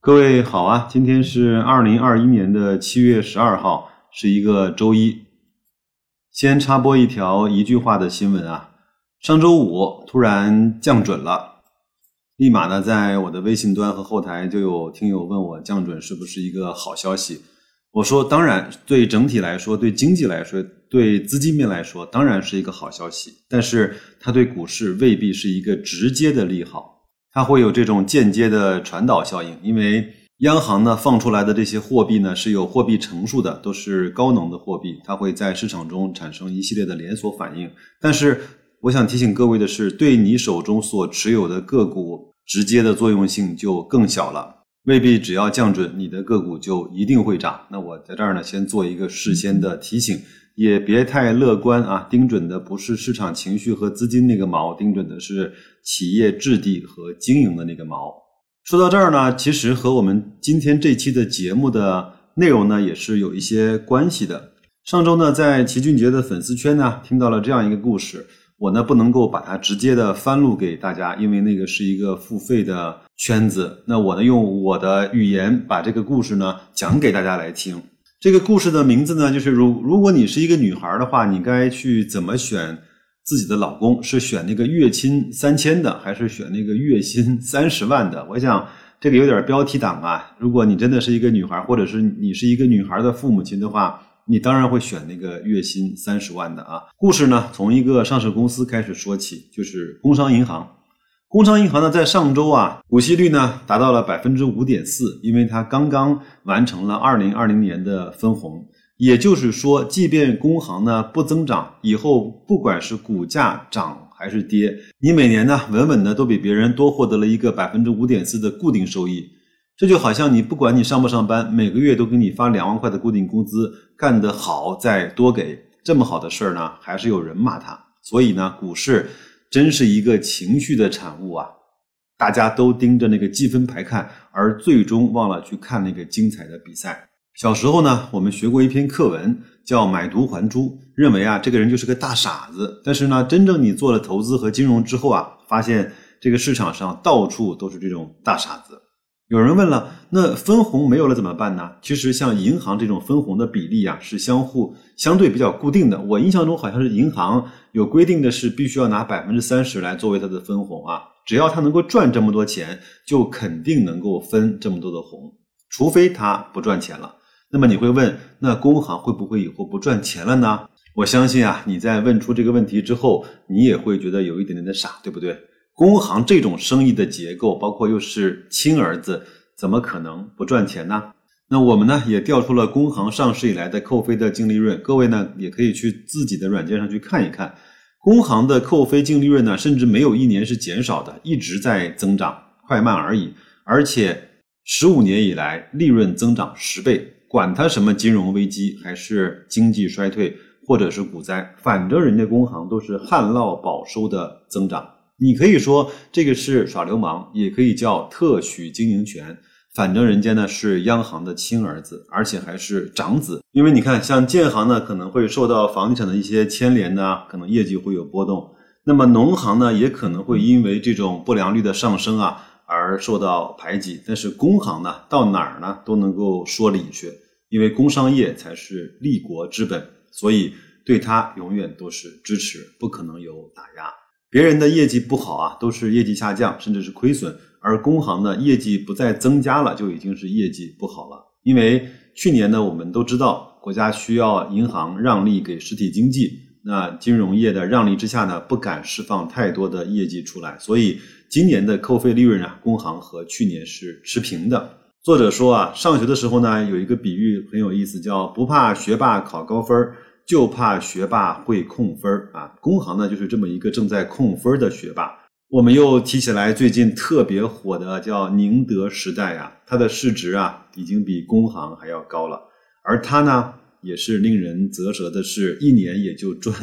各位好啊，今天是2021年的7月12号，是一个周一。先插播一句话的新闻啊，上周五突然降准了，立马呢在我的微信端和后台就有听友问我降准是不是一个好消息。我说当然，对整体来说，对经济来说，对资金面来说当然是一个好消息，但是它对股市未必是一个直接的利好。它会有这种间接的传导效应，因为央行呢放出来的这些货币呢是有货币乘数的，都是高能的货币，它会在市场中产生一系列的连锁反应。但是我想提醒各位的是，对你手中所持有的个股直接的作用性就更小了，未必只要降准你的个股就一定会涨。那我在这儿呢先做一个事先的提醒，也别太乐观啊，盯准的不是市场情绪和资金那个锚，盯准的是企业质地和经营的那个锚。说到这儿呢，其实和我们今天这期的节目的内容呢也是有一些关系的。上周呢在齐俊杰的粉丝圈呢听到了这样一个故事，我呢不能够把它直接的翻录给大家，因为那个是一个付费的圈子，那我呢用我的语言把这个故事呢讲给大家来听。这个故事的名字呢就是如果你是一个女孩的话，你该去怎么选自己的老公，是选那个月薪3000的还是选那个月薪30万的。我想这个有点标题党啊，如果你真的是一个女孩，或者是你是一个女孩的父母亲的话，你当然会选那个月薪30万的啊。故事呢从一个上市公司开始说起，就是工商银行。工商银行呢在上周啊股息率呢达到了 5.4%， 因为它刚刚完成了2020年的分红。也就是说，即便工行呢不增长，以后不管是股价涨还是跌，你每年呢稳稳的都比别人多获得了一个 5.4% 的固定收益。这就好像你不管你上不上班，每个月都给你发2万块的固定工资，干得好再多给，这么好的事儿呢还是有人骂他。所以呢股市真是一个情绪的产物啊，大家都盯着那个积分牌看，而最终忘了去看那个精彩的比赛。小时候呢我们学过一篇课文叫买椟还珠，认为啊这个人就是个大傻子，但是呢真正你做了投资和金融之后啊，发现这个市场上到处都是这种大傻子。有人问了，那分红没有了怎么办呢？其实像银行这种分红的比例啊是相对比较固定的，我印象中好像是银行有规定的是必须要拿 30% 来作为它的分红啊，只要它能够赚这么多钱，就肯定能够分这么多的红，除非它不赚钱了。那么你会问，那工行会不会以后不赚钱了呢？我相信啊，你在问出这个问题之后，你也会觉得有一点点的傻，对不对？工行这种生意的结构，包括又是亲儿子，怎么可能不赚钱呢？那我们呢也调出了工行上市以来的扣非的净利润，各位呢也可以去自己的软件上去看一看。工行的扣非净利润呢，甚至没有一年是减少的，一直在增长，快慢而已。而且15年以来利润增长10倍。管它什么金融危机还是经济衰退或者是股灾，反正人家工行都是旱涝保收的增长。你可以说这个是耍流氓，也可以叫特许经营权，反正人家呢是央行的亲儿子，而且还是长子。因为你看像建行呢可能会受到房地产的一些牵连呢，可能业绩会有波动，那么农行呢也可能会因为这种不良率的上升啊而受到排挤，但是工行呢到哪儿呢都能够说理去，因为工商业才是立国之本，所以对它永远都是支持，不可能有打压。别人的业绩不好啊，都是业绩下降甚至是亏损，而工行呢业绩不再增加了，就已经是业绩不好了。因为去年呢我们都知道国家需要银行让利给实体经济，那金融业的让利之下呢不敢释放太多的业绩出来，所以今年的扣非利润啊，工行和去年是持平的。作者说啊，上学的时候呢有一个比喻很有意思，叫不怕学霸考高分，就怕学霸会控分啊。工行呢就是这么一个正在控分的学霸。我们又提起来最近特别火的叫宁德时代啊，它的市值啊已经比工行还要高了，而它呢也是令人啧舌的是，一年也就赚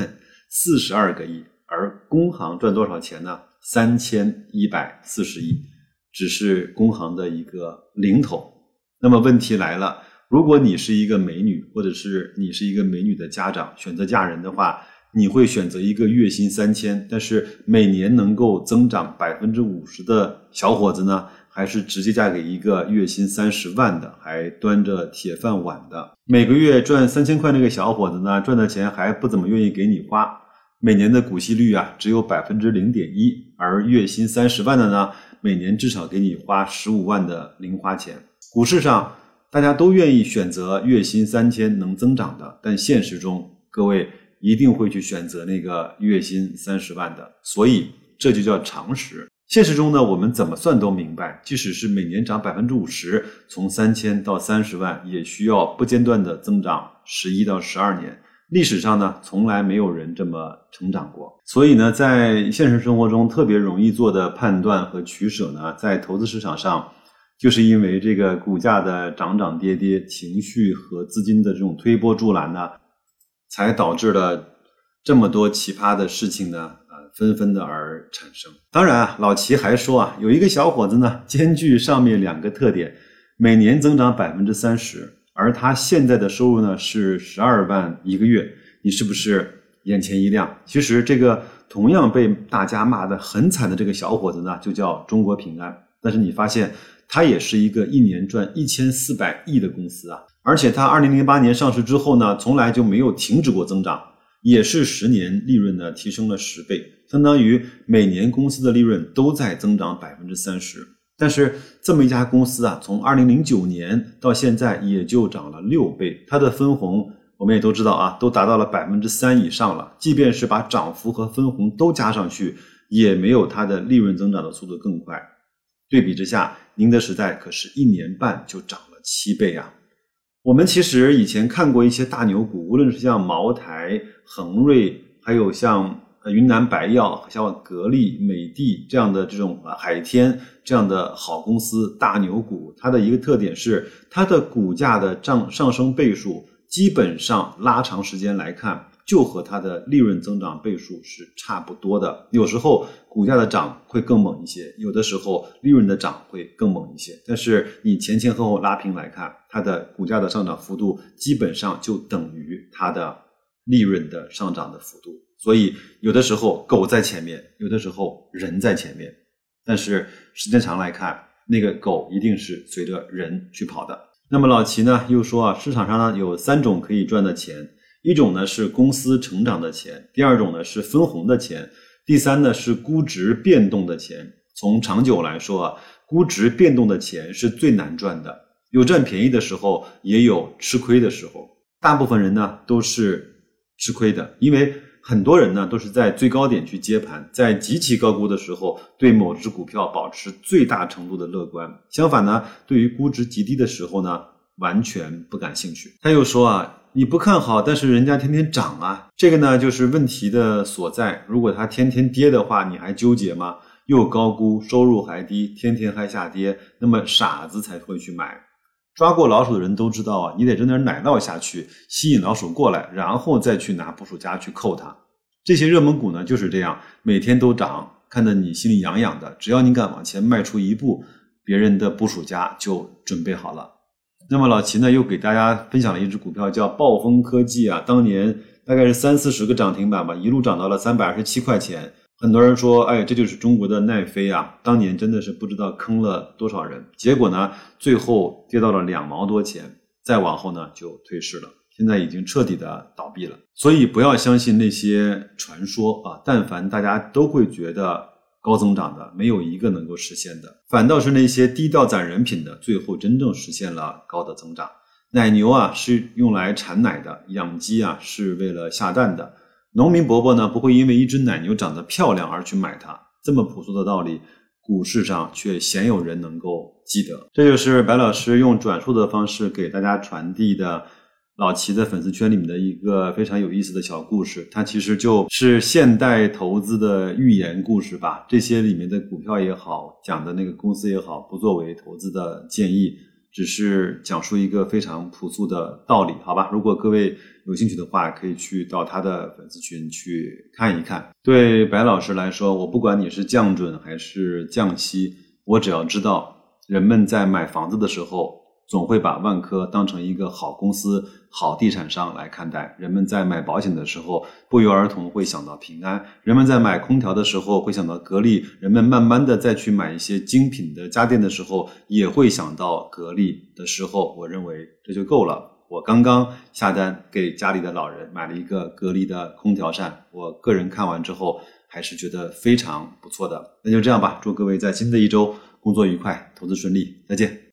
42个亿，而工行赚多少钱呢？3140亿，只是工行的一个零头。那么问题来了，如果你是一个美女，或者是你是一个美女的家长，选择嫁人的话，你会选择一个月薪3000，但是每年能够增长 50% 的小伙子呢， 还是直接嫁给一个月薪30万的，还端着铁饭碗的。每个月赚3000块那个小伙子呢，赚的钱还不怎么愿意给你花，每年的股息率啊只有 0.1%， 而月薪30万的呢，每年至少给你花15万的零花钱。股市上大家都愿意选择月薪3000能增长的，但现实中各位一定会去选择那个月薪30万的，所以这就叫常识。现实中呢，我们怎么算都明白，即使是每年涨 50%， 从3000到30万也需要不间断的增长11到12年。历史上呢，从来没有人这么成长过。所以呢，在现实生活中特别容易做的判断和取舍呢，在投资市场上就是因为这个股价的涨涨跌跌，情绪和资金的这种推波助澜呢，才导致了这么多奇葩的事情呢纷纷的而产生。当然啊，老齐还说啊，有一个小伙子呢，兼具上面2个特点，每年增长 30%， 而他现在的收入呢是12万一个月，你是不是眼前一亮？其实这个同样被大家骂得很惨的这个小伙子呢，就叫中国平安。但是你发现他也是一个一年赚1400亿的公司啊，而且他2008年上市之后呢，从来就没有停止过增长，也是10年利润呢提升了10倍，相当于每年公司的利润都在增长 30%。 但是这么一家公司啊，从2009年到现在也就涨了6倍，它的分红我们也都知道啊，都达到了 3% 以上了，即便是把涨幅和分红都加上去，也没有它的利润增长的速度更快。对比之下，宁德时代可是1年半就涨了7倍啊。我们其实以前看过一些大牛股，无论是像茅台、恒瑞，还有像云南白药、像格力、美的这样的这种海天这样的好公司大牛股，它的一个特点是它的股价的上升倍数基本上拉长时间来看就和它的利润增长倍数是差不多的，有时候股价的涨会更猛一些，有的时候利润的涨会更猛一些，但是你前前后后拉平来看，它的股价的上涨幅度基本上就等于它的利润的上涨的幅度。所以有的时候狗在前面，有的时候人在前面，但是时间长来看，那个狗一定是随着人去跑的。那么老齐呢又说啊，市场上呢有3种可以赚的钱，一种呢是公司成长的钱，第2种呢是分红的钱，第3呢是估值变动的钱。从长久来说啊，估值变动的钱是最难赚的，有占便宜的时候，也有吃亏的时候。大部分人呢都是吃亏的，因为很多人呢都是在最高点去接盘，在极其高估的时候对某只股票保持最大程度的乐观，相反呢，对于估值极低的时候呢完全不感兴趣。他又说啊，你不看好，但是人家天天涨啊，这个呢就是问题的所在。如果它天天跌的话，你还纠结吗？又高估，收入还低，天天还下跌，那么傻子才会去买。抓过老鼠的人都知道啊，你得扔点奶酪下去，吸引老鼠过来，然后再去拿捕鼠夹去扣它。这些热门股呢就是这样，每天都涨，看得你心里痒痒的，只要你敢往前迈出一步，别人的捕鼠夹就准备好了。那么老齐呢又给大家分享了一只股票叫暴风科技啊，当年大概是30-40个涨停板吧，一路涨到了327块钱。很多人说，哎，这就是中国的奈飞啊，当年真的是不知道坑了多少人，结果呢最后跌到了2毛多钱，再往后呢就退市了，现在已经彻底的倒闭了。所以不要相信那些传说啊，但凡大家都会觉得高增长的，没有一个能够实现的，反倒是那些低调攒人品的，最后真正实现了高的增长。奶牛啊是用来产奶的，养鸡啊是为了下蛋的，农民伯伯呢不会因为一只奶牛长得漂亮而去买它，这么朴素的道理，股市上却鲜有人能够记得。这就是白老师用转述的方式给大家传递的老齐的粉丝圈里面的一个非常有意思的小故事，它其实就是现代投资的寓言故事吧。这些里面的股票也好，讲的那个公司也好，不作为投资的建议，只是讲述一个非常朴素的道理，好吧？如果各位有兴趣的话，可以去到他的粉丝群去看一看。对白老师来说，我不管你是降准还是降息，我只要知道人们在买房子的时候总会把万科当成一个好公司、好地产商来看待。人们在买保险的时候，不约而同会想到平安；人们在买空调的时候会想到格力；人们慢慢的再去买一些精品的家电的时候，也会想到格力的时候，我认为这就够了。我刚刚下单给家里的老人买了一个格力的空调扇，我个人看完之后还是觉得非常不错的。那就这样吧，祝各位在新的一周工作愉快，投资顺利，再见。